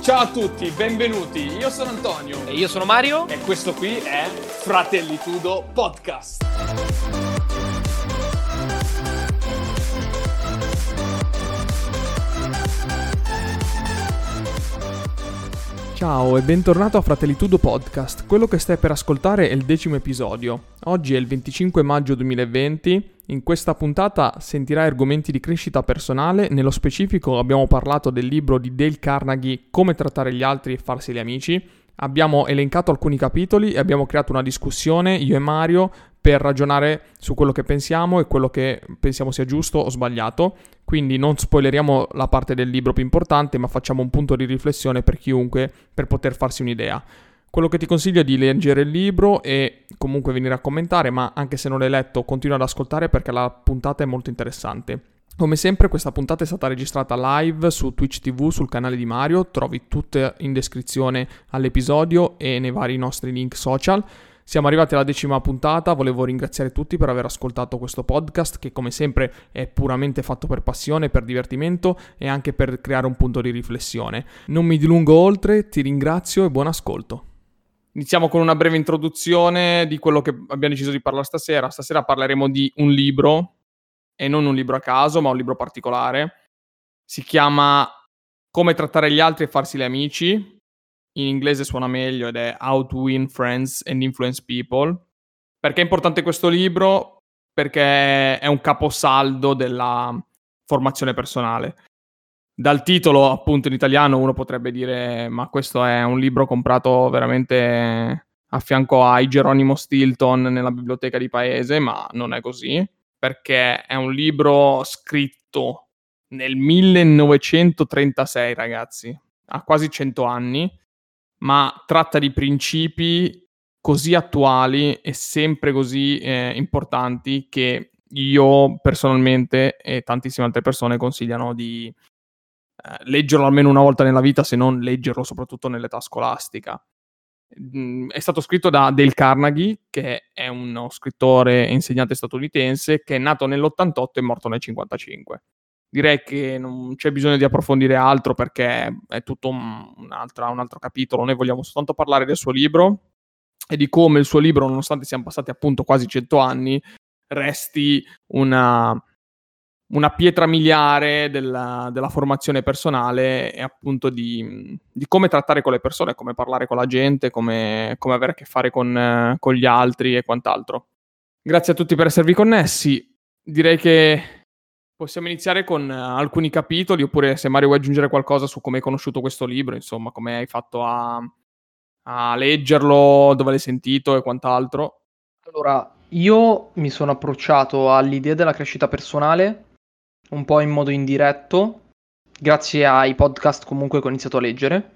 Ciao a tutti, benvenuti. Io sono Antonio. E io sono Mario. E questo qui è Fratellitudo Podcast. Ciao e bentornato a Fratellitudo Podcast. Quello che stai per ascoltare è il 10° episodio. Oggi è il 25 maggio 2020. In questa puntata sentirai argomenti di crescita personale. Nello specifico abbiamo parlato del libro di Dale Carnegie, Come trattare gli altri e farsi gli amici. Abbiamo elencato alcuni capitoli e abbiamo creato una discussione, io e Mario, per ragionare su quello che pensiamo e quello che pensiamo sia giusto o sbagliato. Quindi non spoileriamo la parte del libro più importante, ma facciamo un punto di riflessione per chiunque, per poter farsi un'idea. Quello che ti consiglio è di leggere il libro e comunque venire a commentare, ma anche se non l'hai letto continua ad ascoltare perché la puntata è molto interessante. Come sempre questa puntata è stata registrata live su Twitch TV sul canale di Mario, trovi tutte in descrizione all'episodio e nei vari nostri link social. Siamo arrivati alla 10ª puntata, volevo ringraziare tutti per aver ascoltato questo podcast che come sempre è puramente fatto per passione, per divertimento e anche per creare un punto di riflessione. Non mi dilungo oltre, ti ringrazio e buon ascolto. Iniziamo con una breve introduzione di quello che abbiamo deciso di parlare stasera. Stasera parleremo di un libro, e non un libro a caso, ma un libro particolare. Si chiama Come trattare gli altri e farsi gli amici. In inglese suona meglio ed è How to Win Friends and Influence People. Perché è importante questo libro? Perché è un caposaldo della formazione personale. Dal titolo, appunto, in italiano uno potrebbe dire ma questo è un libro comprato veramente a fianco ai Geronimo Stilton nella biblioteca di paese, ma non è così, perché è un libro scritto nel 1936, ragazzi, ha quasi 100 anni, ma tratta di principi così attuali e sempre così importanti che io personalmente e tantissime altre persone consigliano di leggerlo almeno una volta nella vita, se non leggerlo soprattutto nell'età scolastica. È stato scritto da Dale Carnegie, che è uno scrittore e insegnante statunitense, che è nato nell'88 e morto nel 55. Direi che non c'è bisogno di approfondire altro perché è tutto un altro capitolo. Noi vogliamo soltanto parlare del suo libro e di come il suo libro, nonostante siano passati appunto quasi 100 anni, resti una pietra miliare della formazione personale e appunto di come trattare con le persone, come parlare con la gente, come avere a che fare con gli altri e quant'altro. Grazie a tutti per esservi connessi. Direi che possiamo iniziare con alcuni capitoli, oppure se Mario vuoi aggiungere qualcosa su come hai conosciuto questo libro, insomma, come hai fatto a leggerlo, dove l'hai sentito e quant'altro. Allora, io mi sono approcciato all'idea della crescita personale un po' in modo indiretto, grazie ai podcast comunque che ho iniziato a leggere.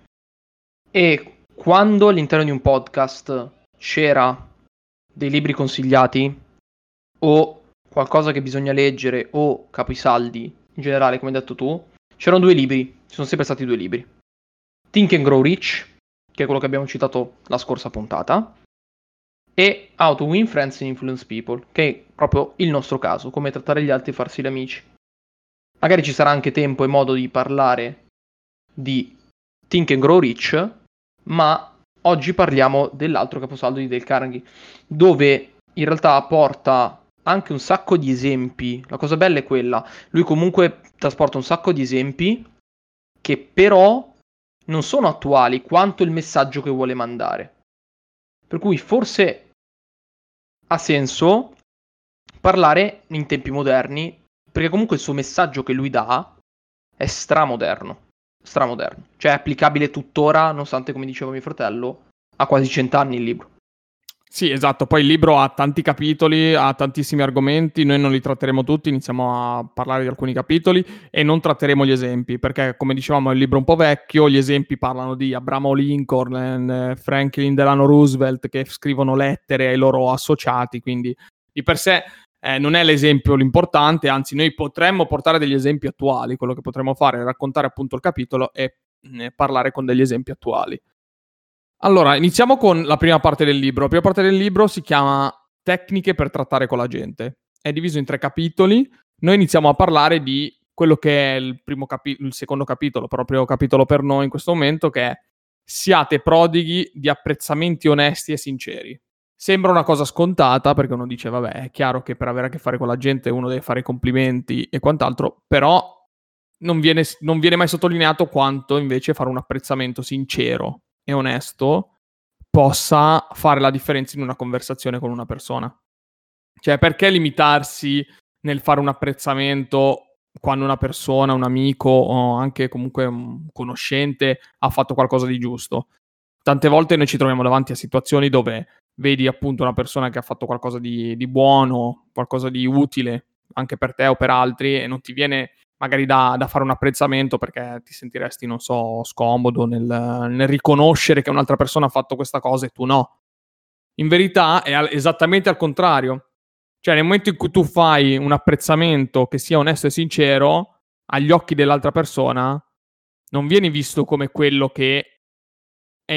E quando all'interno di un podcast c'era dei libri consigliati o qualcosa che bisogna leggere o capisaldi in generale, come hai detto tu, c'erano 2 libri, ci sono sempre stati 2 libri. Think and Grow Rich, che è quello che abbiamo citato la scorsa puntata, e How to Win Friends and Influence People, che è proprio il nostro caso, come trattare gli altri e farsi gli amici. Magari ci sarà anche tempo e modo di parlare di Think and Grow Rich, ma oggi parliamo dell'altro caposaldo di Dale Carnegie, dove in realtà porta anche un sacco di esempi. La cosa bella è quella, lui comunque trasporta un sacco di esempi che però non sono attuali quanto il messaggio che vuole mandare. Per cui forse ha senso parlare in tempi moderni, perché comunque il suo messaggio che lui dà è stramoderno. Cioè è applicabile tuttora, nonostante, come diceva mio fratello, ha quasi 100 anni il libro. Sì, esatto, poi il libro ha tanti capitoli, ha tantissimi argomenti, noi non li tratteremo tutti, iniziamo a parlare di alcuni capitoli e non tratteremo gli esempi, perché come dicevamo è un libro un po' vecchio, gli esempi parlano di Abraham Lincoln, Franklin Delano Roosevelt che scrivono lettere ai loro associati, quindi di per sé non è l'esempio l'importante, anzi noi potremmo portare degli esempi attuali, quello che potremmo fare è raccontare appunto il capitolo e parlare con degli esempi attuali. Allora, iniziamo con la prima parte del libro. La prima parte del libro si chiama Tecniche per trattare con la gente. È diviso in 3 capitoli. Noi iniziamo a parlare di quello che è il secondo capitolo, proprio capitolo per noi in questo momento, che è: siate prodighi di apprezzamenti onesti e sinceri. Sembra una cosa scontata, perché uno dice, vabbè, è chiaro che per avere a che fare con la gente uno deve fare complimenti e quant'altro, però non viene mai sottolineato quanto invece fare un apprezzamento sincero e onesto possa fare la differenza in una conversazione con una persona. Cioè, perché limitarsi nel fare un apprezzamento quando una persona, un amico o anche comunque un conoscente ha fatto qualcosa di giusto? Tante volte noi ci troviamo davanti a situazioni dove vedi appunto una persona che ha fatto qualcosa di buono, qualcosa di utile anche per te o per altri, e non ti viene magari da fare un apprezzamento perché ti sentiresti, non so, scomodo nel riconoscere che un'altra persona ha fatto questa cosa e tu no. In verità è esattamente al contrario. Cioè, nel momento in cui tu fai un apprezzamento che sia onesto e sincero, agli occhi dell'altra persona non vieni visto come quello che è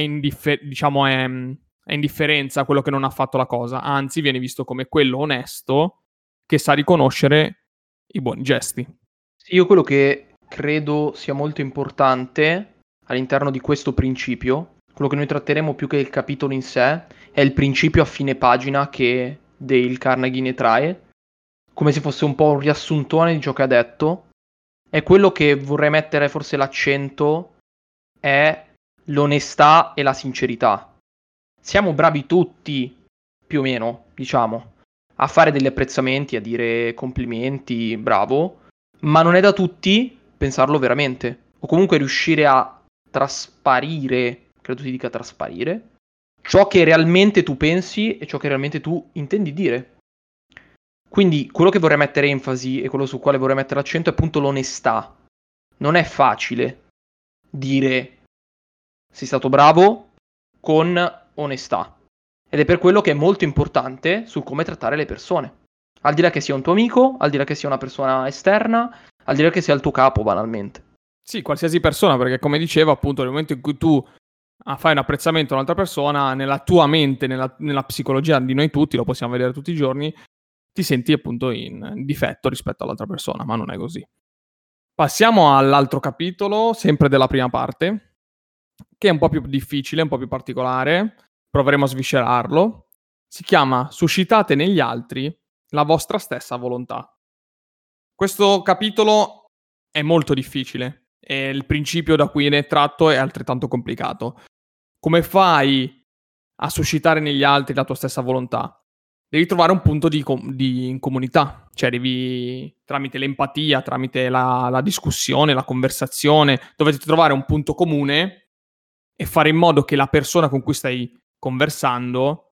indifferenza a quello che non ha fatto la cosa, anzi viene visto come quello onesto che sa riconoscere i buoni gesti. Sì, io quello che credo sia molto importante all'interno di questo principio, quello che noi tratteremo più che il capitolo in sé, è il principio a fine pagina che Dale Carnegie ne trae, come se fosse un po' un riassuntone di ciò che ha detto. E quello che vorrei mettere forse l'accento è l'onestà e la sincerità. Siamo bravi tutti, più o meno, diciamo, a fare degli apprezzamenti, a dire complimenti, bravo, ma non è da tutti pensarlo veramente, o comunque riuscire a trasparire, credo si dica trasparire, ciò che realmente tu pensi e ciò che realmente tu intendi dire. Quindi quello che vorrei mettere enfasi e quello su quale vorrei mettere l'accento è appunto l'onestà. Non è facile dire sei stato bravo con onestà. Ed è per quello che è molto importante sul come trattare le persone. Al di là che sia un tuo amico, al di là che sia una persona esterna, al di là che sia il tuo capo, banalmente. Sì, qualsiasi persona, perché come dicevo, appunto, nel momento in cui tu fai un apprezzamento a un'altra persona, nella tua mente, nella psicologia di noi tutti, lo possiamo vedere tutti i giorni, ti senti appunto in difetto rispetto all'altra persona, ma non è così. Passiamo all'altro capitolo, sempre della prima parte, che è un po' più difficile, un po' più particolare, proveremo a sviscerarlo. Si chiama Suscitate negli altri la vostra stessa volontà. Questo capitolo è molto difficile e il principio da cui ne è tratto è altrettanto complicato. Come fai a suscitare negli altri la tua stessa volontà? Devi trovare un punto in comunità, cioè devi, tramite l'empatia, tramite la discussione, la conversazione, dovete trovare un punto comune e fare in modo che la persona con cui stai conversando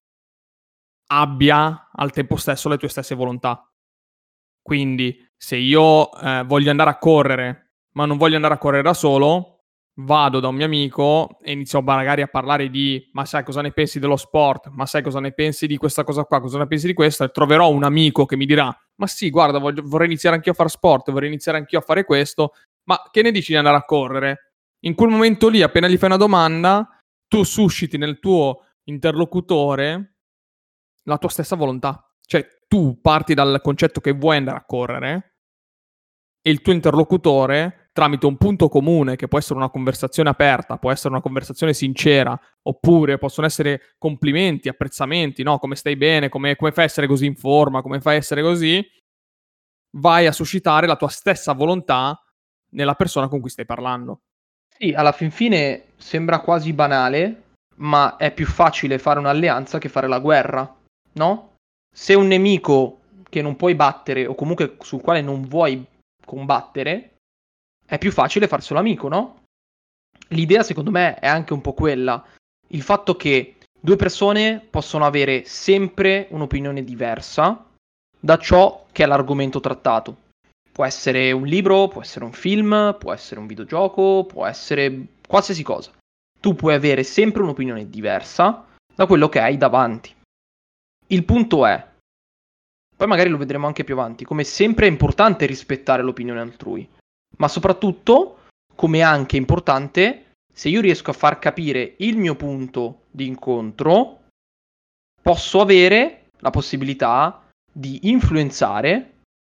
abbia al tempo stesso le tue stesse volontà. Quindi, se io voglio andare a correre, ma non voglio andare a correre da solo, vado da un mio amico e inizio magari a parlare di ma sai cosa ne pensi dello sport, ma sai cosa ne pensi di questa cosa qua, cosa ne pensi di questa, e troverò un amico che mi dirà ma sì, guarda, vorrei iniziare anch'io a fare sport, vorrei iniziare anch'io a fare questo, ma che ne dici di andare a correre? In quel momento lì, appena gli fai una domanda, tu susciti nel tuo interlocutore la tua stessa volontà. Cioè, tu parti dal concetto che vuoi andare a correre e il tuo interlocutore, tramite un punto comune, che può essere una conversazione aperta, può essere una conversazione sincera, oppure possono essere complimenti, apprezzamenti, no? Come stai bene, come fai a essere così in forma, come fai a essere così, vai a suscitare la tua stessa volontà nella persona con cui stai parlando. Sì, alla fin fine sembra quasi banale, ma è più facile fare un'alleanza che fare la guerra, no? Se un nemico che non puoi battere o comunque sul quale non vuoi combattere, è più facile farselo amico, no? L'idea secondo me è anche un po' quella, il fatto che due persone possono avere sempre un'opinione diversa da ciò che è l'argomento trattato. Può essere un libro, può essere un film, può essere un videogioco, può essere qualsiasi cosa. Tu puoi avere sempre un'opinione diversa da quello che hai davanti. Il punto è, poi magari lo vedremo anche più avanti, come sempre è importante rispettare l'opinione altrui, ma soprattutto come è anche importante, se io riesco a far capire il mio punto di incontro, posso avere la possibilità di influenzare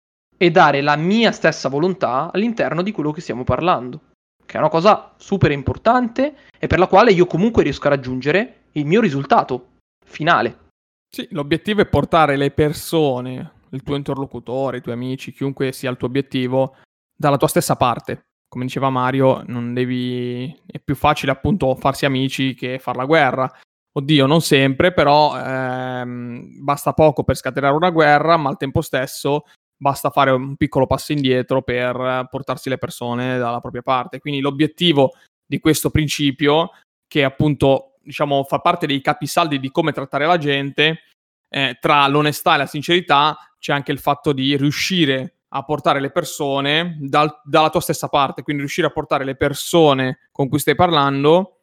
e dare la mia stessa volontà all'interno di quello che stiamo parlando, che è una cosa super importante e per la quale io comunque riesco a raggiungere il mio risultato finale. Sì, l'obiettivo è portare le persone, il tuo interlocutore, i tuoi amici, chiunque sia il tuo obiettivo, dalla tua stessa parte. Come diceva Mario, è più facile appunto farsi amici che far la guerra. Oddio, non sempre, però basta poco per scatenare una guerra, ma al tempo stesso basta fare un piccolo passo indietro per portarsi le persone dalla propria parte. Quindi l'obiettivo di questo principio, che appunto diciamo fa parte dei capisaldi di come trattare la gente, tra l'onestà e la sincerità c'è anche il fatto di riuscire a portare le persone dalla tua stessa parte, quindi riuscire a portare le persone con cui stai parlando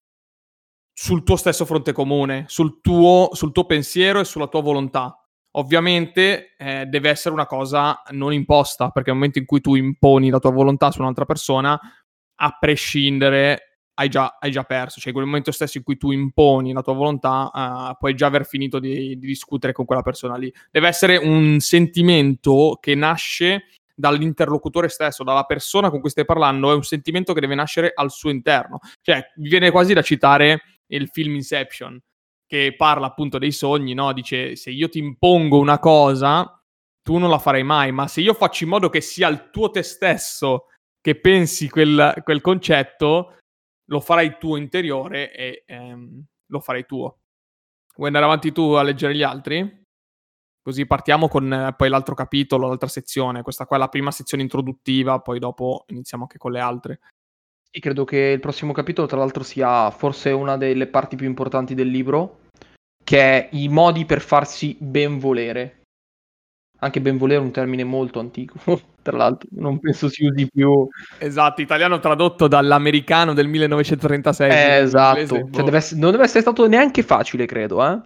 sul tuo stesso fronte comune, sul tuo pensiero e sulla tua volontà. Ovviamente deve essere una cosa non imposta, perché nel momento in cui tu imponi la tua volontà su un'altra persona, a prescindere hai già perso. Cioè, in quel momento stesso in cui tu imponi la tua volontà, puoi già aver finito di discutere con quella persona lì. Deve essere un sentimento che nasce dall'interlocutore stesso, dalla persona con cui stai parlando, è un sentimento che deve nascere al suo interno. Cioè, mi viene quasi da citare il film Inception, che parla appunto dei sogni, no? Dice, se io ti impongo una cosa, tu non la farai mai, ma se io faccio in modo che sia il tuo te stesso che pensi quel concetto, lo farai tuo interiore e lo farai tuo. Vuoi andare avanti tu a leggere gli altri? Così partiamo con poi l'altro capitolo, l'altra sezione. Questa qua è la prima sezione introduttiva, poi dopo iniziamo anche con le altre. Sì, credo che il prossimo capitolo, tra l'altro, sia forse una delle parti più importanti del libro, che è i modi per farsi ben volere. Anche ben volere è un termine molto antico, tra l'altro, non penso si usi più. Esatto, italiano tradotto dall'americano del 1936. Esatto, cioè non deve essere stato neanche facile, credo.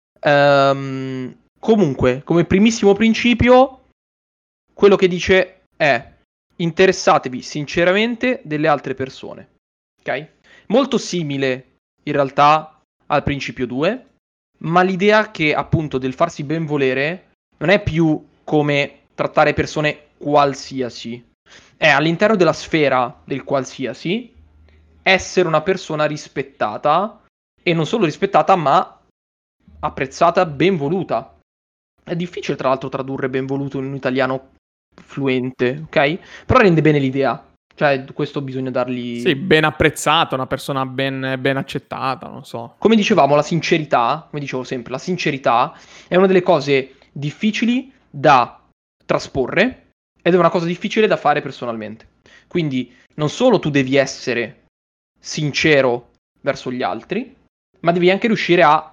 Comunque, come primissimo principio, quello che dice è: interessatevi sinceramente delle altre persone. Ok? Molto simile in realtà al principio 2, ma l'idea che appunto del farsi ben volere non è più come trattare persone qualsiasi, è all'interno della sfera del qualsiasi essere una persona rispettata, e non solo rispettata ma apprezzata, ben voluta. È difficile tra l'altro tradurre ben voluto in un italiano fluente, ok? Però rende bene l'idea. Cioè, questo bisogna dargli... Sì, ben apprezzata, una persona ben accettata, non so. Come dicevamo, la sincerità, come dicevo sempre, la sincerità è una delle cose difficili da trasporre ed è una cosa difficile da fare personalmente. Quindi non solo tu devi essere sincero verso gli altri, ma devi anche riuscire a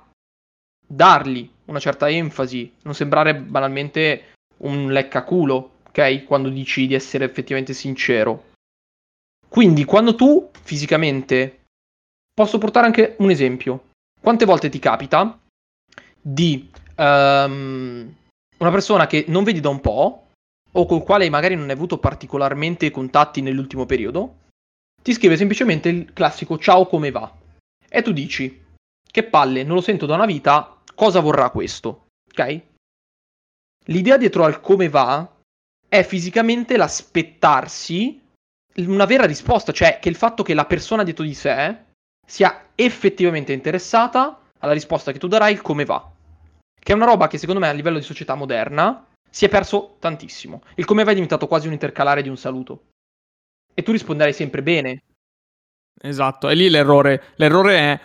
dargli una certa enfasi, non sembrare banalmente un leccaculo, ok? Quando dici di essere effettivamente sincero. Quindi quando tu fisicamente... Posso portare anche un esempio. Quante volte ti capita di una persona che non vedi da un po', o col quale magari non hai avuto particolarmente contatti nell'ultimo periodo, ti scrive semplicemente il classico ciao, come va? E tu dici, che palle, non lo sento da una vita, cosa vorrà questo? Ok? L'idea dietro al come va è fisicamente l'aspettarsi una vera risposta, cioè che il fatto che la persona dietro di sé sia effettivamente interessata alla risposta che tu darai, il come va. Che è una roba che secondo me a livello di società moderna si è perso tantissimo. Il come va è diventato quasi un intercalare di un saluto. E tu risponderai sempre bene. Esatto, e lì l'errore è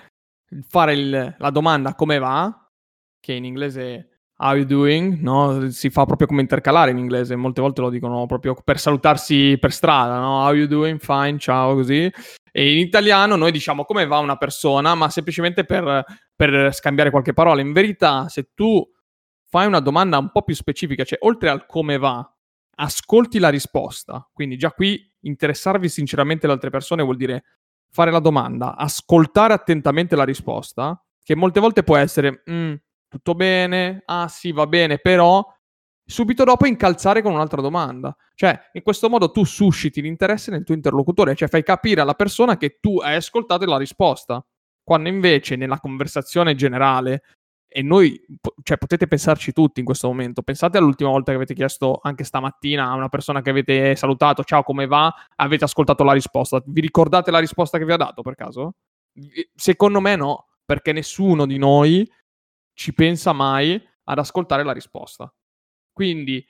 fare la domanda come va, che in inglese è how you doing, no? Si fa proprio come intercalare in inglese, molte volte lo dicono proprio per salutarsi per strada, no? How you doing, fine, ciao, così. E in italiano noi diciamo come va una persona, ma semplicemente per scambiare qualche parola. In verità, se tu fai una domanda un po' più specifica, cioè oltre al come va, ascolti la risposta. Quindi già qui interessarvi sinceramente alle altre persone vuol dire fare la domanda, ascoltare attentamente la risposta, che molte volte può essere tutto bene, ah sì, va bene, però subito dopo incalzare con un'altra domanda. Cioè, in questo modo tu susciti l'interesse nel tuo interlocutore, cioè fai capire alla persona che tu hai ascoltato la risposta. Quando invece nella conversazione generale E noi, cioè, potete pensarci tutti in questo momento. Pensate all'ultima volta che avete chiesto, anche stamattina, a una persona che avete salutato, ciao, come va? Avete ascoltato la risposta. Vi ricordate la risposta che vi ha dato, per caso? Secondo me no, perché nessuno di noi ci pensa mai ad ascoltare la risposta. Quindi,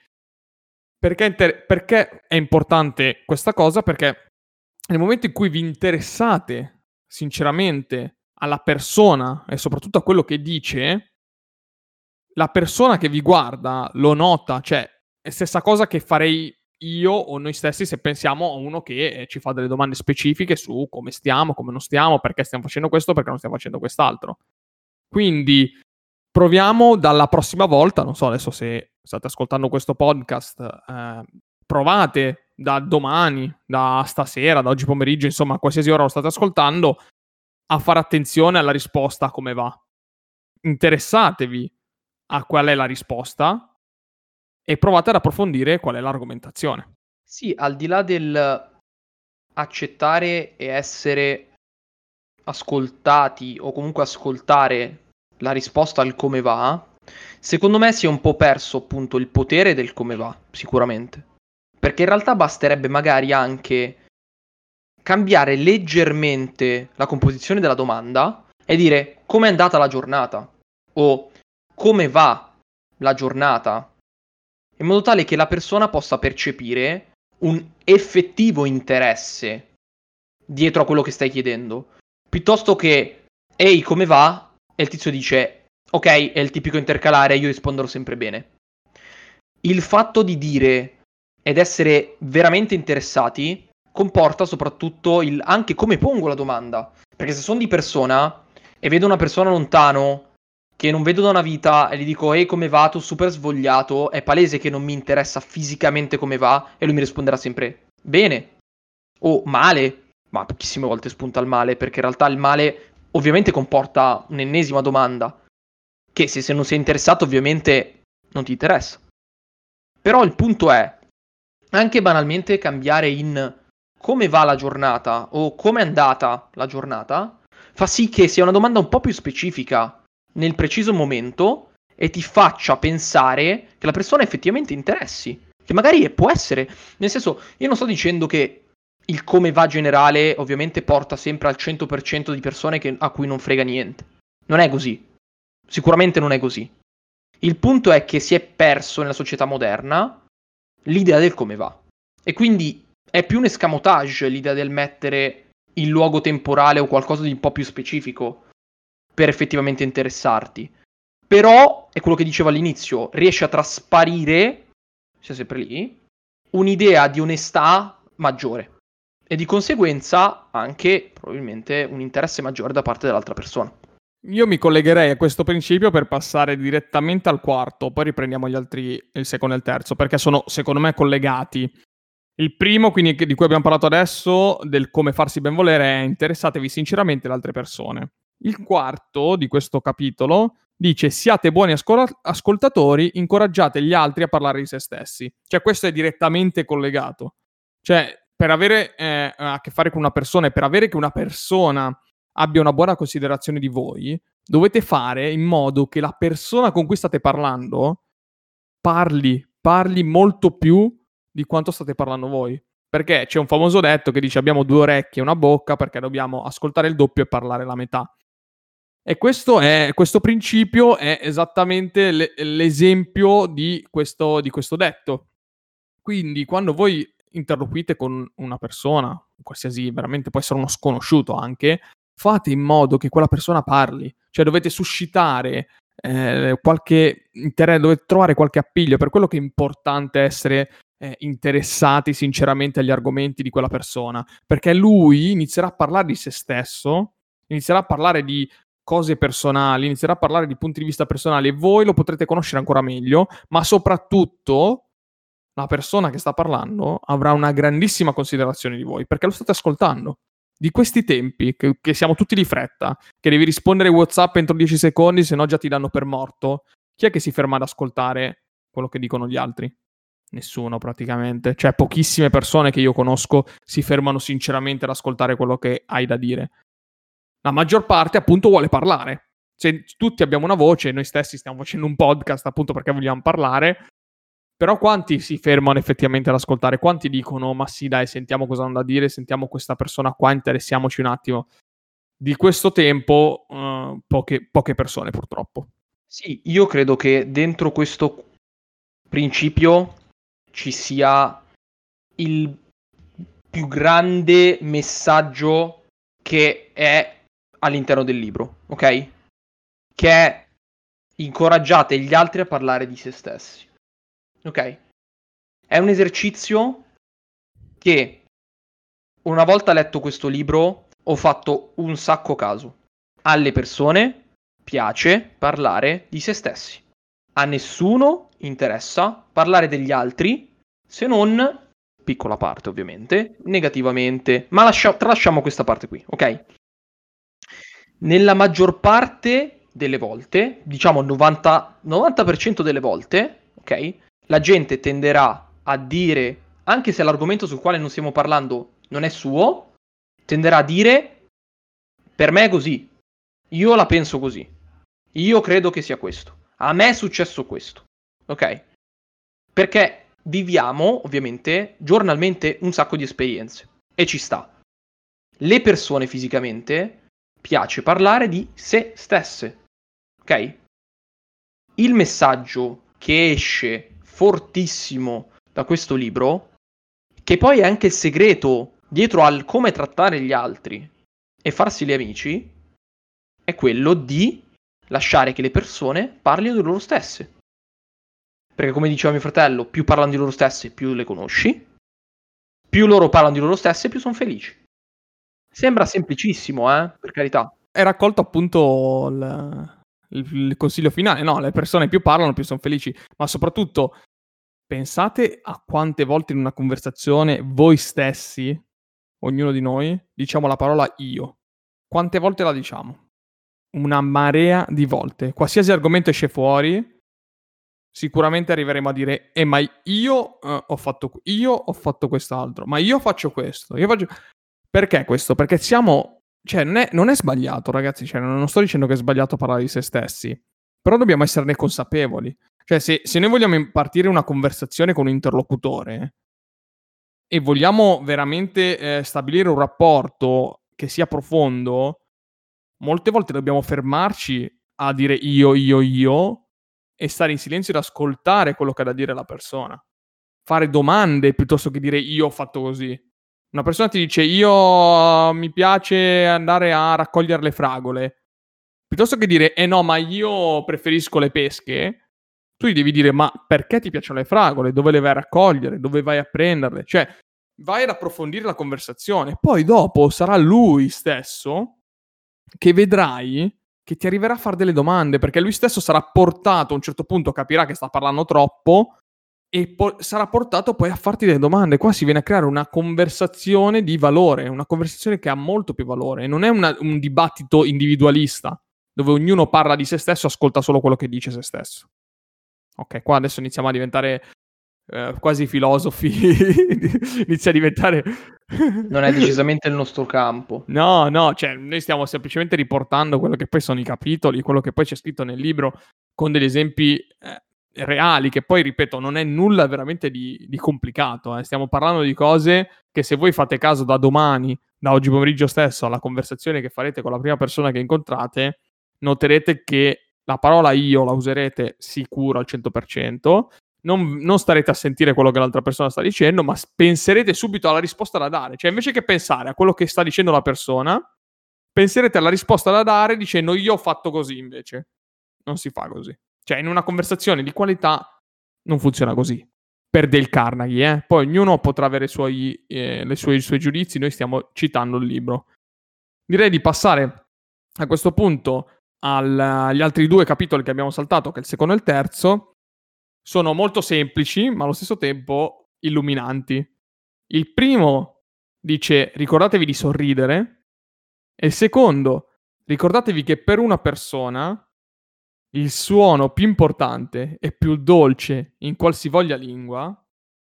perché è importante questa cosa? Perché nel momento in cui vi interessate sinceramente alla persona e soprattutto a quello che dice, la persona che vi guarda lo nota, cioè è stessa cosa che farei io o noi stessi se pensiamo a uno che ci fa delle domande specifiche su come stiamo, come non stiamo, perché stiamo facendo questo, perché non stiamo facendo quest'altro. Quindi proviamo dalla prossima volta, non so adesso se state ascoltando questo podcast, provate da domani, da stasera, da oggi pomeriggio, insomma a qualsiasi ora lo state ascoltando, a fare attenzione alla risposta come va. Interessatevi a qual è la risposta e provate ad approfondire qual è l'argomentazione. Sì, al di là del accettare e essere ascoltati o comunque ascoltare la risposta al come va, secondo me si è un po' perso appunto il potere del come va, sicuramente. Perché in realtà basterebbe magari anche cambiare leggermente la composizione della domanda e dire come è andata la giornata o come va la giornata, in modo tale che la persona possa percepire un effettivo interesse dietro a quello che stai chiedendo, piuttosto che ehi come va e il tizio dice ok, è il tipico intercalare, io risponderò sempre bene. Il fatto di dire ed essere veramente interessati comporta soprattutto il anche come pongo la domanda, perché se sono di persona e vedo una persona lontano che non vedo da una vita e gli dico ehi come va, tu super svogliato, è palese che non mi interessa fisicamente come va e lui mi risponderà sempre bene o male, ma pochissime volte spunta il male, perché in realtà il male ovviamente comporta un'ennesima domanda che se non sei interessato ovviamente non ti interessa. Però il punto è anche banalmente cambiare in come va la giornata o come è andata la giornata fa sì che sia una domanda un po' più specifica nel preciso momento e ti faccia pensare che la persona effettivamente interessi, che magari può essere, nel senso, io non sto dicendo che il come va generale ovviamente porta sempre al 100% di persone a cui non frega niente. Non è così. Sicuramente non è così. Il punto è che si è perso nella società moderna l'idea del come va. E quindi è più un escamotage l'idea del mettere il luogo temporale o qualcosa di un po' più specifico per effettivamente interessarti. Però, è quello che dicevo all'inizio, riesce a trasparire, sia sempre lì, un'idea di onestà maggiore. E di conseguenza anche probabilmente un interesse maggiore da parte dell'altra persona. Io mi collegherei a questo principio per passare direttamente al quarto, poi riprendiamo gli altri, il secondo e il terzo, perché sono secondo me collegati. Il primo, quindi di cui abbiamo parlato adesso, del come farsi benvolere, è interessatevi sinceramente alle altre persone. Il quarto di questo capitolo dice siate buoni ascoltatori, incoraggiate gli altri a parlare di se stessi. Cioè questo è direttamente collegato. Cioè per avere a che fare con una persona e per avere che una persona abbia una buona considerazione di voi, dovete fare in modo che la persona con cui state parlando parli molto più di quanto state parlando voi. Perché c'è un famoso detto che dice abbiamo 2 orecchie e una bocca perché dobbiamo ascoltare il doppio e parlare la metà. E questo principio è esattamente l'esempio di questo detto. Quindi quando voi interloquite con una persona, qualsiasi, veramente può essere uno sconosciuto anche, fate in modo che quella persona parli. Cioè dovete suscitare qualche interesse, dovete trovare qualche appiglio. Per quello che è importante essere interessati sinceramente agli argomenti di quella persona, perché lui inizierà a parlare di se stesso, inizierà a parlare di cose personali, inizierà a parlare di punti di vista personali e voi lo potrete conoscere ancora meglio, ma soprattutto la persona che sta parlando avrà una grandissima considerazione di voi, perché lo state ascoltando. Di questi tempi, che siamo tutti di fretta, che devi rispondere ai WhatsApp entro 10 secondi, se no già ti danno per morto, chi è che si ferma ad ascoltare quello che dicono gli altri? Nessuno praticamente. Cioè pochissime persone che io conosco si fermano sinceramente ad ascoltare quello che hai da dire. La maggior parte appunto vuole parlare. tutti abbiamo una voce, noi stessi stiamo facendo un podcast appunto perché vogliamo parlare, però quanti si fermano effettivamente ad ascoltare? Quanti dicono, ma sì dai, sentiamo cosa hanno da dire, sentiamo questa persona qua, interessiamoci un attimo. Di questo tempo, poche persone purtroppo. Sì, io credo che dentro questo principio ci sia il più grande messaggio che è all'interno del libro, ok? Che è incoraggiate gli altri a parlare di se stessi, ok? È un esercizio che una volta letto questo libro ho fatto un sacco caso. Alle persone piace parlare di se stessi. A nessuno interessa parlare degli altri, se non, piccola parte ovviamente, negativamente. Ma tralasciamo questa parte qui, ok? Nella maggior parte delle volte, diciamo 90% delle volte, ok? La gente tenderà a dire, anche se l'argomento sul quale non stiamo parlando non è suo, tenderà a dire, per me è così, io la penso così, io credo che sia questo, a me è successo questo, ok? Perché viviamo, ovviamente, giornalmente un sacco di esperienze, e ci sta. Le persone fisicamente piace parlare di se stesse, ok? Il messaggio che esce fortissimo da questo libro, che poi è anche il segreto dietro al come trattare gli altri e farsi gli amici, è quello di lasciare che le persone parlino di loro stesse. Perché come diceva mio fratello, più parlano di loro stesse, più le conosci, più loro parlano di loro stesse, più sono felici. Sembra semplicissimo, per carità. È raccolto appunto il consiglio finale, no? Le persone più parlano, più sono felici, ma soprattutto pensate a quante volte in una conversazione voi stessi, ognuno di noi, diciamo la parola io. Quante volte la diciamo? Una marea di volte. Qualsiasi argomento esce fuori, sicuramente arriveremo a dire ma io ho fatto quest'altro, ma io faccio questo, Perché questo? Perché cioè non è sbagliato, ragazzi, cioè non sto dicendo che è sbagliato parlare di se stessi, però dobbiamo esserne consapevoli. Cioè se noi vogliamo impartire una conversazione con un interlocutore e vogliamo veramente stabilire un rapporto che sia profondo, molte volte dobbiamo fermarci a dire io e stare in silenzio ed ascoltare quello che ha da dire la persona. Fare domande piuttosto che dire io ho fatto così. Una persona ti dice io mi piace andare a raccogliere le fragole. Piuttosto che dire no, ma io preferisco le pesche, tu gli devi dire ma perché ti piacciono le fragole? Dove le vai a raccogliere? Dove vai a prenderle? Cioè, vai ad approfondire la conversazione. Poi dopo sarà lui stesso che vedrai che ti arriverà a fare delle domande, perché lui stesso sarà portato a un certo punto, capirà che sta parlando troppo e sarà portato poi a farti delle domande. Qua si viene a creare una conversazione di valore, una conversazione che ha molto più valore. Non è un dibattito individualista, dove ognuno parla di se stesso e ascolta solo quello che dice se stesso. Ok, qua adesso iniziamo a diventare quasi filosofi, inizia a diventare... Non è decisamente il nostro campo. No, cioè noi stiamo semplicemente riportando quello che poi sono i capitoli, quello che poi c'è scritto nel libro, con degli esempi reali, che poi, ripeto, non è nulla veramente di complicato. Stiamo parlando di cose che se voi fate caso da domani, da oggi pomeriggio stesso, alla conversazione che farete con la prima persona che incontrate, noterete che la parola io la userete sicuro al 100%, non starete a sentire quello che l'altra persona sta dicendo, ma penserete subito alla risposta da dare. Cioè, invece che pensare a quello che sta dicendo la persona, penserete alla risposta da dare dicendo io ho fatto così invece. Non si fa così. Cioè, in una conversazione di qualità non funziona così. Per Dale Carnegie, Poi ognuno potrà avere i suoi giudizi, noi stiamo citando il libro. Direi di passare a questo punto agli altri due capitoli che abbiamo saltato, che è il secondo e il terzo. Sono molto semplici, ma allo stesso tempo illuminanti. Il primo dice ricordatevi di sorridere e il secondo ricordatevi che per una persona il suono più importante e più dolce in qualsivoglia lingua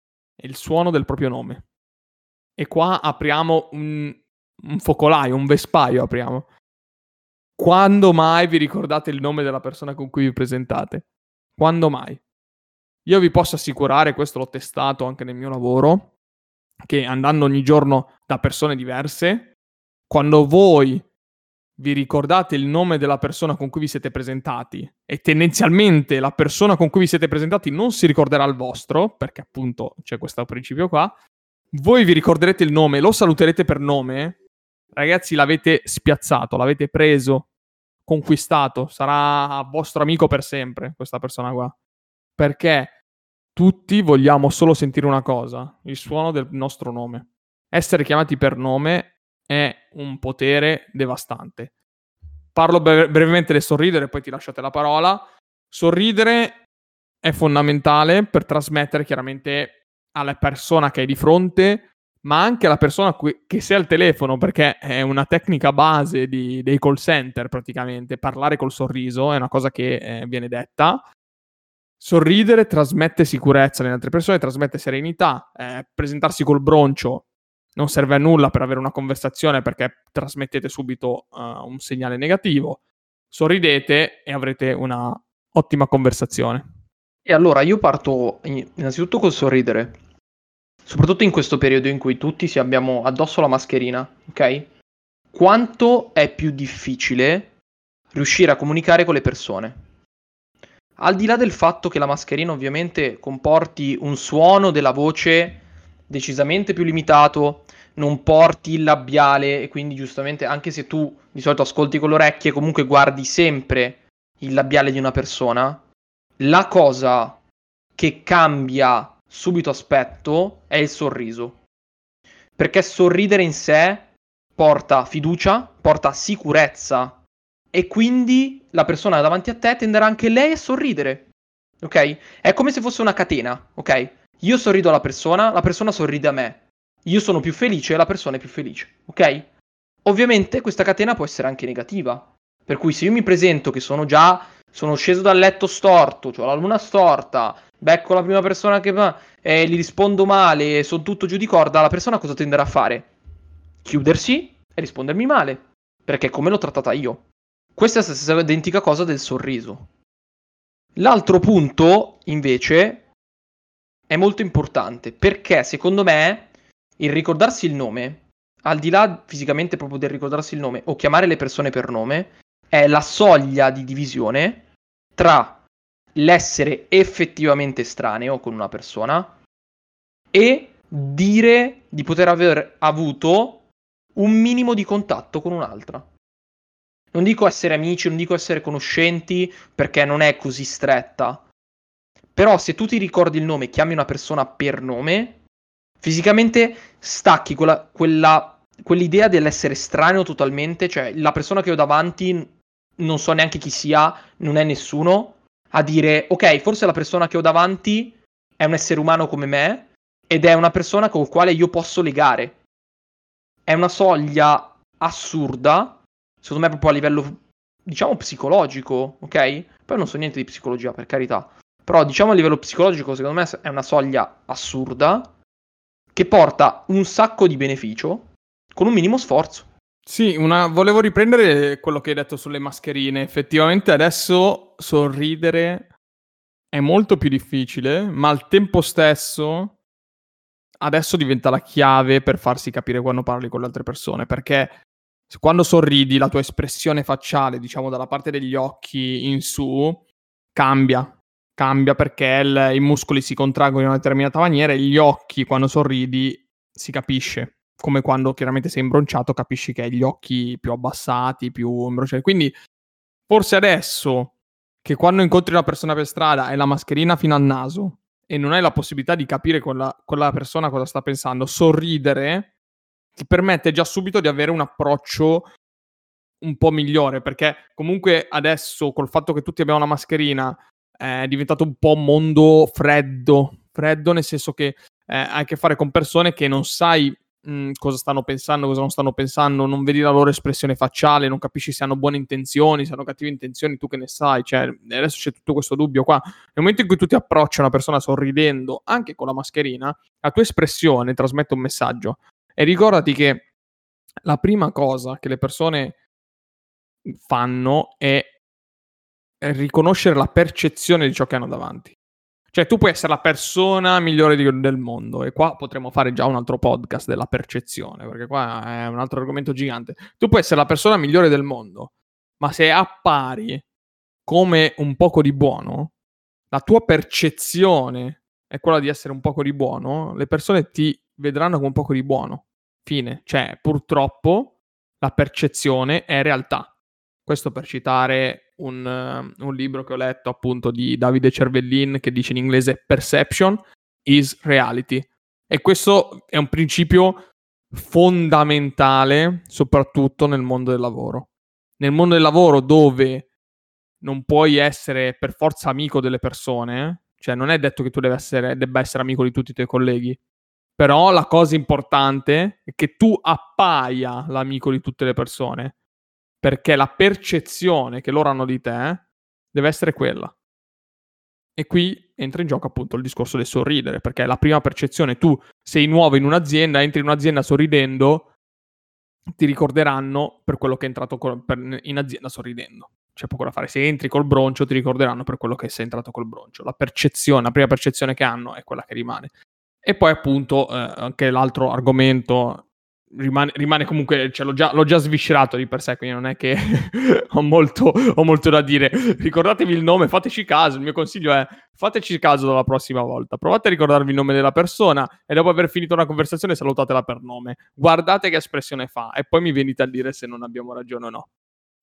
è il suono del proprio nome. E qua apriamo un focolaio, un vespaio apriamo. quando mai vi ricordate il nome della persona con cui vi presentate? Quando mai? Io vi posso assicurare, questo l'ho testato anche nel mio lavoro, che andando ogni giorno da persone diverse, quando voi vi ricordate il nome della persona con cui vi siete presentati e tendenzialmente la persona con cui vi siete presentati non si ricorderà il vostro, perché appunto c'è questo principio qua, voi vi ricorderete il nome, lo saluterete per nome, ragazzi, l'avete spiazzato, l'avete preso, conquistato, sarà vostro amico per sempre questa persona qua, perché tutti vogliamo solo sentire una cosa, il suono del nostro nome. Essere chiamati per nome è un potere devastante. Parlo brevemente del sorridere, poi ti lasciate la parola. Sorridere è fondamentale per trasmettere chiaramente alla persona che hai di fronte, ma anche alla persona che sei al telefono, perché è una tecnica base dei call center praticamente. Parlare col sorriso è una cosa che viene detta. Sorridere trasmette sicurezza nelle altre persone, trasmette serenità. Presentarsi col broncio non serve a nulla per avere una conversazione, perché trasmettete subito un segnale negativo. Sorridete e avrete una ottima conversazione. E allora io parto innanzitutto col sorridere, soprattutto in questo periodo in cui tutti abbiamo addosso la mascherina, ok? Quanto è più difficile riuscire a comunicare con le persone? Al di là del fatto che la mascherina ovviamente comporti un suono della voce decisamente più limitato, non porti il labiale e quindi giustamente anche se tu di solito ascolti con le orecchie comunque guardi sempre il labiale di una persona, la cosa che cambia subito aspetto è il sorriso. Perché sorridere in sé porta fiducia, porta sicurezza e quindi la persona davanti a te tenderà anche lei a sorridere. Ok? È come se fosse una catena, ok? Io sorrido alla persona, la persona sorride a me. Io sono più felice e la persona è più felice, ok? Ovviamente questa catena può essere anche negativa. Per cui se io mi presento che sono sceso dal letto storto, ho la luna storta, becco la prima persona che va e gli rispondo male, sono tutto giù di corda, la persona cosa tenderà a fare? Chiudersi e rispondermi male, perché come l'ho trattata io. Questa è la stessa identica cosa del sorriso. L'altro punto, invece, è molto importante, perché secondo me il ricordarsi il nome, al di là fisicamente proprio del ricordarsi il nome o chiamare le persone per nome, è la soglia di divisione tra l'essere effettivamente estraneo con una persona e dire di poter aver avuto un minimo di contatto con un'altra. Non dico essere amici, non dico essere conoscenti, perché non è così stretta. Però se tu ti ricordi il nome e chiami una persona per nome, fisicamente stacchi quell'idea dell'essere estraneo totalmente, cioè la persona che ho davanti non so neanche chi sia, non è nessuno, a dire ok, forse la persona che ho davanti è un essere umano come me ed è una persona con la quale io posso legare. È una soglia assurda, secondo me proprio a livello, diciamo, psicologico, ok? Poi non so niente di psicologia, per carità. Però diciamo a livello psicologico, secondo me è una soglia assurda che porta un sacco di beneficio con un minimo sforzo. Sì, volevo riprendere quello che hai detto sulle mascherine. Effettivamente adesso sorridere è molto più difficile, ma al tempo stesso adesso diventa la chiave per farsi capire quando parli con le altre persone, perché quando sorridi la tua espressione facciale, diciamo dalla parte degli occhi in su, cambia perché i muscoli si contraggono in una determinata maniera e gli occhi quando sorridi si capisce, come quando chiaramente sei imbronciato capisci che hai gli occhi più abbassati, più imbronciati. Quindi forse adesso che quando incontri una persona per strada hai la mascherina fino al naso e non hai la possibilità di capire quella persona cosa sta pensando, sorridere ti permette già subito di avere un approccio un po' migliore, perché comunque adesso col fatto che tutti abbiamo la mascherina è diventato un po' un mondo freddo nel senso che hai a che fare con persone che non sai cosa stanno pensando, cosa non stanno pensando, non vedi la loro espressione facciale, non capisci se hanno buone intenzioni, se hanno cattive intenzioni, tu che ne sai, cioè adesso c'è tutto questo dubbio qua. Nel momento in cui tu ti approcci a una persona sorridendo, anche con la mascherina, la tua espressione trasmette un messaggio. E ricordati che la prima cosa che le persone fanno è riconoscere la percezione di ciò che hanno davanti. Cioè, tu puoi essere la persona migliore del mondo, e qua potremmo fare già un altro podcast della percezione, perché qua è un altro argomento gigante. Tu puoi essere la persona migliore del mondo, ma se appari come un poco di buono, la tua percezione è quella di essere un poco di buono, le persone ti vedranno come un poco di buono. Fine. Cioè, purtroppo, la percezione è realtà. Questo per citare un libro che ho letto appunto di Davide Cervellin, che dice in inglese "Perception is reality". E questo è un principio fondamentale, soprattutto nel mondo del lavoro. Nel mondo del lavoro, dove non puoi essere per forza amico delle persone, cioè non è detto che tu debba essere amico di tutti i tuoi colleghi, però la cosa importante è che tu appaia l'amico di tutte le persone, perché la percezione che loro hanno di te deve essere quella. E qui entra in gioco appunto il discorso del sorridere, perché la prima percezione, tu sei nuovo in un'azienda, entri in un'azienda sorridendo, ti ricorderanno per quello che è entrato in azienda sorridendo. C'è poco da fare. Se entri col broncio, ti ricorderanno per quello che sei entrato col broncio. La prima percezione che hanno è quella che rimane. E poi appunto anche l'altro argomento rimane comunque, cioè l'ho già sviscerato di per sé, quindi non è che ho molto da dire. Ricordatevi il nome, fateci caso. Il mio consiglio è: fateci caso la prossima volta, provate a ricordarvi il nome della persona e dopo aver finito una conversazione salutatela per nome, guardate che espressione fa e poi mi venite a dire se non abbiamo ragione o no.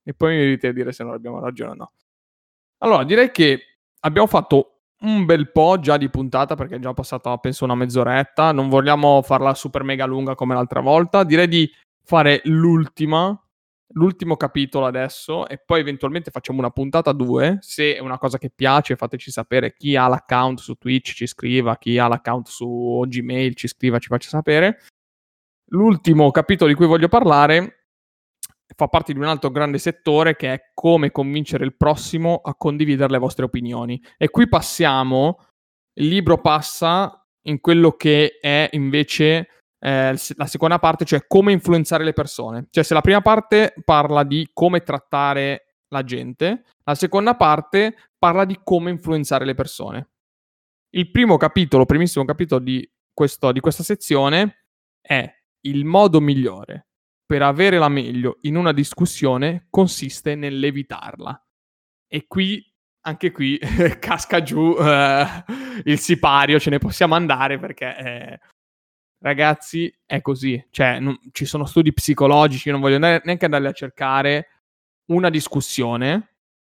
Allora, direi che abbiamo fatto un bel po' già di puntata, perché è già passata penso una mezz'oretta. Non vogliamo farla super mega lunga come l'altra volta. Direi di fare l'ultimo capitolo adesso, e poi eventualmente facciamo una puntata 2. Se è una cosa che piace, fateci sapere. Chi ha l'account su Twitch ci scriva, chi ha l'account su Gmail ci scriva, ci faccia sapere. L'ultimo capitolo di cui voglio parlare fa parte di un altro grande settore, che è come convincere il prossimo a condividere le vostre opinioni. E qui il libro passa in quello che è invece la seconda parte, cioè come influenzare le persone. Cioè, se la prima parte parla di come trattare la gente, la seconda parte parla di come influenzare le persone. Il primissimo capitolo di questa sezione è: il modo migliore per avere la meglio in una discussione consiste nell'evitarla. E anche qui, casca giù il sipario, ce ne possiamo andare perché, ragazzi, è così. Cioè, ci sono studi psicologici, io non voglio neanche andarli a cercare. Una discussione,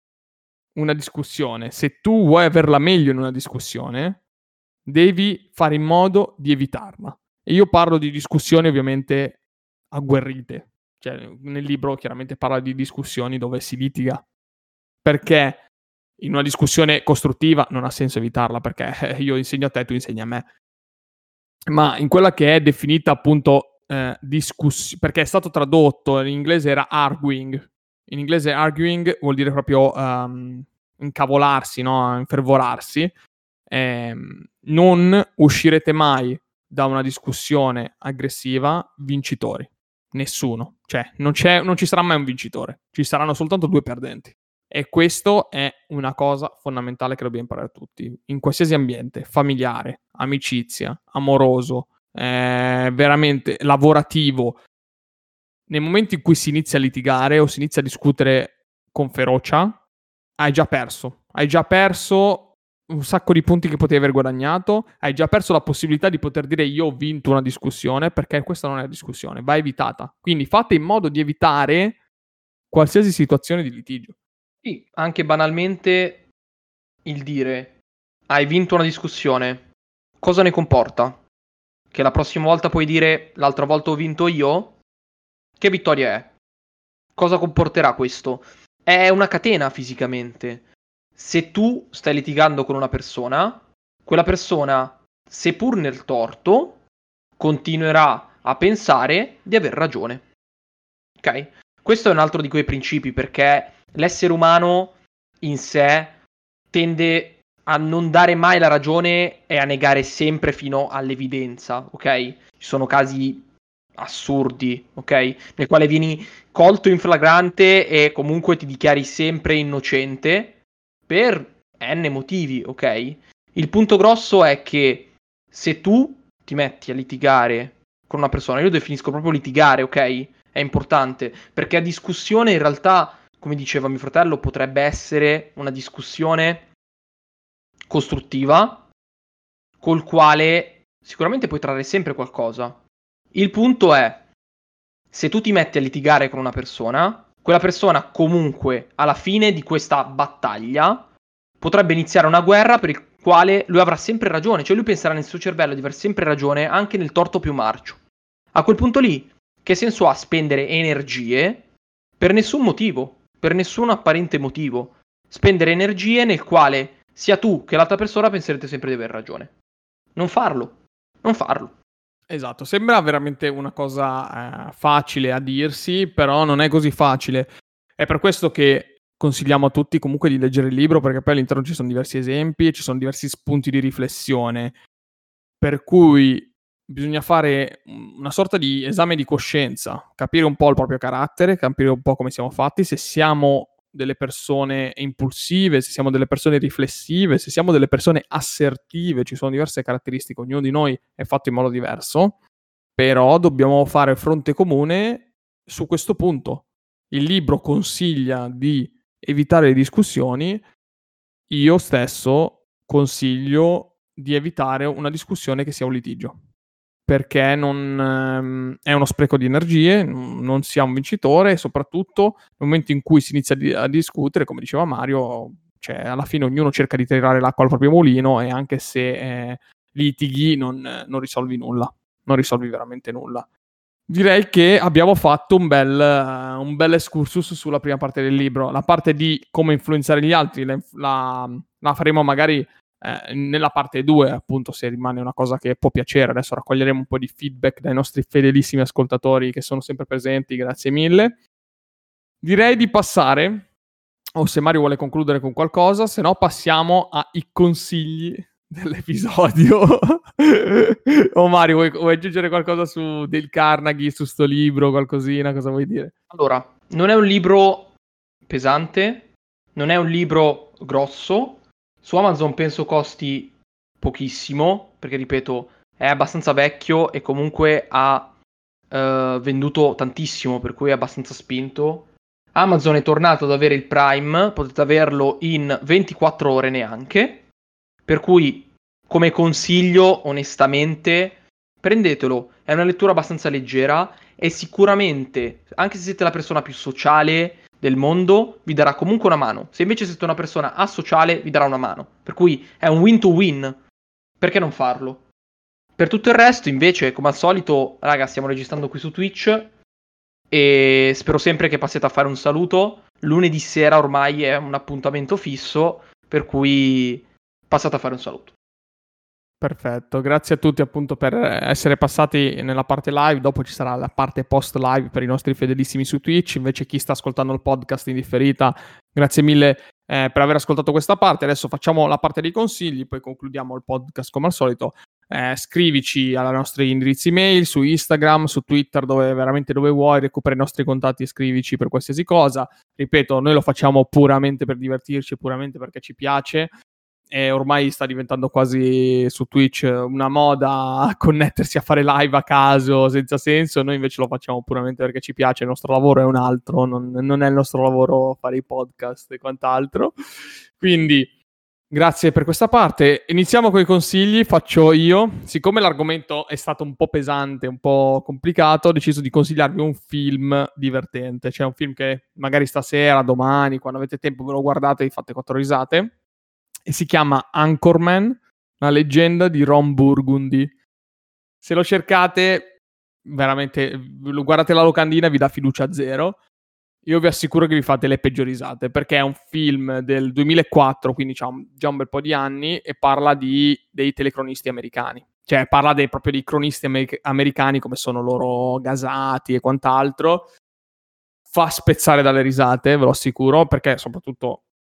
se tu vuoi averla meglio in una discussione, devi fare in modo di evitarla. E io parlo di discussioni ovviamente agguerrite. Cioè, nel libro chiaramente parla di discussioni dove si litiga, perché in una discussione costruttiva non ha senso evitarla, perché io insegno a te, tu insegni a me. Ma in quella che è definita appunto perché è stato tradotto, in inglese era arguing. In inglese arguing vuol dire proprio incavolarsi, no? Infervorarsi. Non uscirete mai da una discussione aggressiva vincitori. Nessuno. Cioè, non ci sarà mai un vincitore. Ci saranno soltanto due perdenti. E questo è una cosa fondamentale che dobbiamo imparare tutti. In qualsiasi ambiente, familiare, amicizia, amoroso, veramente lavorativo, nei momenti in cui si inizia a litigare o si inizia a discutere con ferocia, hai già perso. Hai già perso un sacco di punti che potevi aver guadagnato, hai già perso la possibilità di poter dire io ho vinto una discussione, perché questa non è una discussione, va evitata. Quindi fate in modo di evitare qualsiasi situazione di litigio. Sì, anche banalmente il dire hai vinto una discussione, cosa ne comporta? Che la prossima volta puoi dire l'altra volta ho vinto io? Che vittoria è? Cosa comporterà questo? È una catena fisicamente. Se tu stai litigando con una persona, quella persona, seppur nel torto, continuerà a pensare di aver ragione. Ok? Questo è un altro di quei principi, perché l'essere umano in sé tende a non dare mai la ragione e a negare sempre fino all'evidenza, ok? Ci sono casi assurdi, ok? Nel quale vieni colto in flagrante e comunque ti dichiari sempre innocente per n motivi, ok? Il punto grosso è che se tu ti metti a litigare con una persona, io definisco proprio litigare, ok? È importante, perché a discussione in realtà, come diceva mio fratello, potrebbe essere una discussione costruttiva, col quale sicuramente puoi trarre sempre qualcosa. Il punto è, se tu ti metti a litigare con una persona, quella persona comunque alla fine di questa battaglia potrebbe iniziare una guerra per il quale lui avrà sempre ragione, cioè lui penserà nel suo cervello di aver sempre ragione anche nel torto più marcio. A quel punto lì, che senso ha spendere energie per nessun motivo, per nessun apparente motivo? Spendere energie nel quale sia tu che l'altra persona penserete sempre di aver ragione. Non farlo. Non farlo. Esatto, sembra veramente una cosa facile a dirsi, però non è così facile. È per questo che consigliamo a tutti comunque di leggere il libro, perché poi all'interno ci sono diversi esempi e ci sono diversi spunti di riflessione. Per cui bisogna fare una sorta di esame di coscienza, capire un po' il proprio carattere, capire un po' come siamo fatti, se siamo delle persone impulsive, se siamo delle persone riflessive, se siamo delle persone assertive, ci sono diverse caratteristiche, ognuno di noi è fatto in modo diverso, però dobbiamo fare fronte comune su questo punto. Il libro consiglia di evitare le discussioni, io stesso consiglio di evitare una discussione che sia un litigio, perché non è uno spreco di energie, non si ha un vincitore e soprattutto nel momento in cui si inizia a discutere, come diceva Mario, cioè alla fine ognuno cerca di tirare l'acqua al proprio mulino e anche se litighi non risolvi nulla, non risolvi veramente nulla. Direi che abbiamo fatto un bel excursus sulla prima parte del libro. La parte di come influenzare gli altri la faremo magari nella parte 2, appunto, se rimane una cosa che può piacere. Adesso raccoglieremo un po' di feedback dai nostri fedelissimi ascoltatori che sono sempre presenti, grazie mille. Direi di passare, o se Mario vuole concludere con qualcosa, se no passiamo ai consigli dell'episodio. O Mario, vuoi aggiungere qualcosa su Dale Carnegie, su sto libro, qualcosina, cosa vuoi dire? Allora, non è un libro pesante, non è un libro grosso, su Amazon penso costi pochissimo, perché ripeto, è abbastanza vecchio e comunque ha venduto tantissimo, per cui è abbastanza spinto. Amazon è tornato ad avere il Prime, potete averlo in 24 ore neanche, per cui come consiglio, onestamente, prendetelo, è una lettura abbastanza leggera e sicuramente, anche se siete la persona più sociale del mondo, vi darà comunque una mano. Se invece siete una persona asociale, vi darà una mano. Per cui è un win to win. Perché non farlo? Per tutto il resto, invece, come al solito, raga, stiamo registrando qui su Twitch e spero sempre che passiate a fare un saluto. Lunedì sera ormai è un appuntamento fisso, per cui passate a fare un saluto. Perfetto, grazie a tutti appunto per essere passati nella parte live, dopo ci sarà la parte post live per i nostri fedelissimi su Twitch, invece chi sta ascoltando il podcast in differita, grazie mille per aver ascoltato questa parte, adesso facciamo la parte dei consigli, poi concludiamo il podcast come al solito. Scrivici ai nostri indirizzi mail su Instagram, su Twitter, dove vuoi, recupera i nostri contatti e scrivici per qualsiasi cosa. Ripeto, noi lo facciamo puramente per divertirci, puramente perché ci piace. E ormai sta diventando quasi su Twitch una moda a connettersi a fare live a caso senza senso. Noi invece lo facciamo puramente perché ci piace, il nostro lavoro è un altro, non è il nostro lavoro fare i podcast e quant'altro. Quindi grazie per questa parte. Iniziamo con i consigli, faccio io. Siccome l'argomento è stato un po' pesante, un po' complicato, ho deciso di consigliarvi un film divertente, cioè un film che magari stasera, domani, quando avete tempo ve lo guardate e vi fate 4 risate. E si chiama Anchorman, la leggenda di Ron Burgundy. Se lo cercate, veramente, guardate la locandina e vi dà fiducia zero. Io vi assicuro che vi fate le peggiori risate, perché è un film del 2004, quindi c'ha già un bel po' di anni, e parla dei telecronisti americani. Cioè, parla proprio dei cronisti americani, come sono loro gasati e quant'altro. Fa spezzare dalle risate, ve lo assicuro, perché soprattutto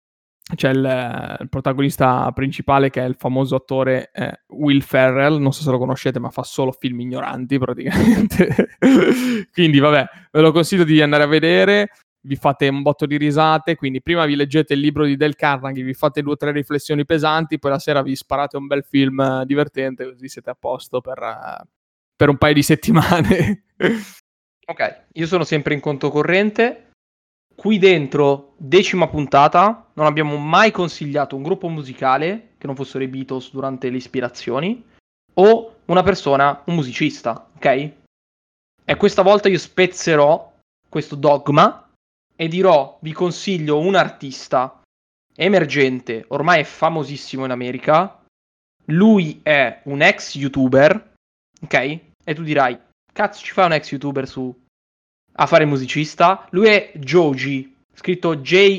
c'è il protagonista principale che è il famoso attore Will Ferrell, non so se lo conoscete, ma fa solo film ignoranti praticamente. Quindi vabbè, ve lo consiglio di andare a vedere, vi fate un botto di risate, quindi prima vi leggete il libro di Dale Carnegie, vi fate 2 o 3 riflessioni pesanti, poi la sera vi sparate un bel film divertente, così siete a posto per un paio di settimane. Ok, io sono sempre in conto corrente. Qui dentro, 10ª puntata, non abbiamo mai consigliato un gruppo musicale, che non fossero i Beatles durante le ispirazioni, o una persona, un musicista, ok? E questa volta io spezzerò questo dogma e dirò, vi consiglio un artista emergente, ormai è famosissimo in America, lui è un ex YouTuber, ok? E tu dirai, cazzo ci fa un ex YouTuber a fare musicista? Lui è Joji, scritto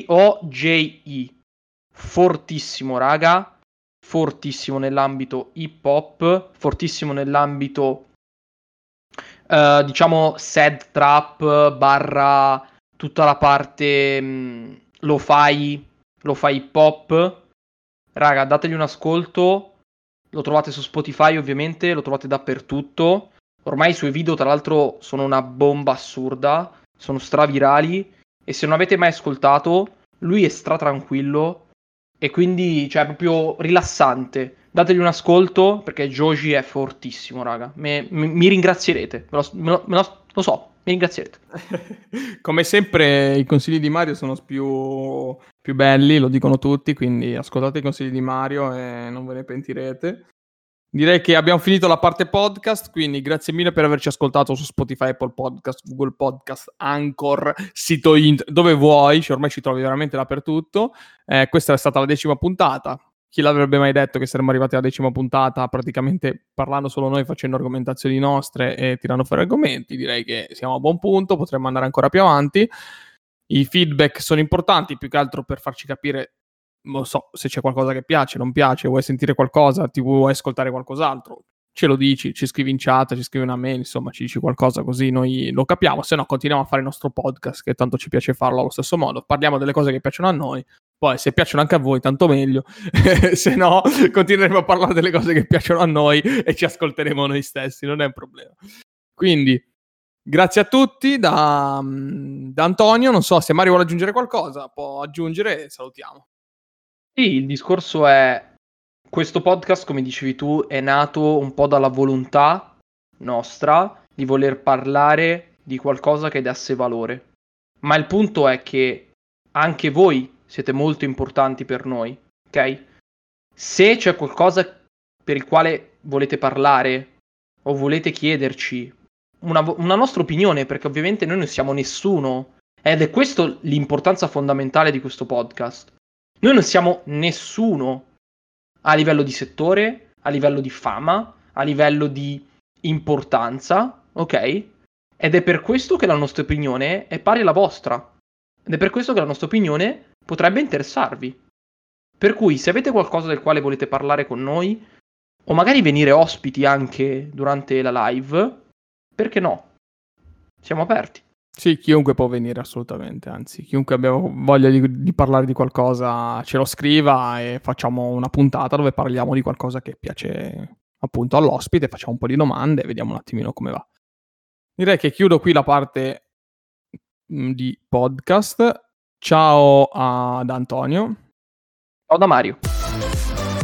Joji, fortissimo raga, fortissimo nell'ambito hip hop, fortissimo nell'ambito diciamo sad trap barra tutta la parte lo-fi hip hop. Raga, dategli un ascolto, lo trovate su Spotify ovviamente, lo trovate dappertutto. Ormai i suoi video tra l'altro sono una bomba assurda, sono stravirali e se non avete mai ascoltato, lui è tranquillo e quindi cioè è proprio rilassante. Dategli un ascolto perché Joji è fortissimo, raga. Mi ringrazierete, lo so, mi ringrazierete. Come sempre i consigli di Mario sono più belli, lo dicono tutti, quindi ascoltate i consigli di Mario e non ve ne pentirete. Direi che abbiamo finito la parte podcast, quindi grazie mille per averci ascoltato su Spotify, Apple Podcast, Google Podcast, Anchor, sito internet, dove vuoi, cioè ormai ci trovi veramente dappertutto. Questa è stata la 10ª puntata. Chi l'avrebbe mai detto che saremmo arrivati alla 10ª puntata praticamente parlando solo noi, facendo argomentazioni nostre e tirando fuori argomenti? Direi che siamo a buon punto, potremmo andare ancora più avanti. I feedback sono importanti, più che altro per farci capire, non so, se c'è qualcosa che piace, non piace, vuoi sentire qualcosa, ti vuoi ascoltare qualcos'altro, ce lo dici, ci scrivi in chat, ci scrivi una mail, insomma, ci dici qualcosa così noi lo capiamo, se no continuiamo a fare il nostro podcast, che tanto ci piace farlo allo stesso modo, parliamo delle cose che piacciono a noi, poi se piacciono anche a voi tanto meglio, se no continueremo a parlare delle cose che piacciono a noi e ci ascolteremo noi stessi, non è un problema. Quindi grazie a tutti da Antonio, non so se Mario vuole aggiungere qualcosa, può aggiungere e salutiamo. Sì, il discorso è, questo podcast, come dicevi tu, è nato un po' dalla volontà nostra di voler parlare di qualcosa che desse valore. Ma il punto è che anche voi siete molto importanti per noi, ok? Se c'è qualcosa per il quale volete parlare o volete chiederci una nostra opinione, perché ovviamente noi non siamo nessuno, ed è questo l'importanza fondamentale di questo podcast. Noi non siamo nessuno a livello di settore, a livello di fama, a livello di importanza, ok? Ed è per questo che la nostra opinione è pari alla vostra. Ed è per questo che la nostra opinione potrebbe interessarvi. Per cui, se avete qualcosa del quale volete parlare con noi, o magari venire ospiti anche durante la live, perché no? Siamo aperti. Sì, chiunque può venire assolutamente, anzi, chiunque abbia voglia di parlare di qualcosa ce lo scriva e facciamo una puntata dove parliamo di qualcosa che piace appunto all'ospite, facciamo un po' di domande e vediamo un attimino come va. Direi che chiudo qui la parte di podcast. Ciao ad Antonio. Ciao da Mario.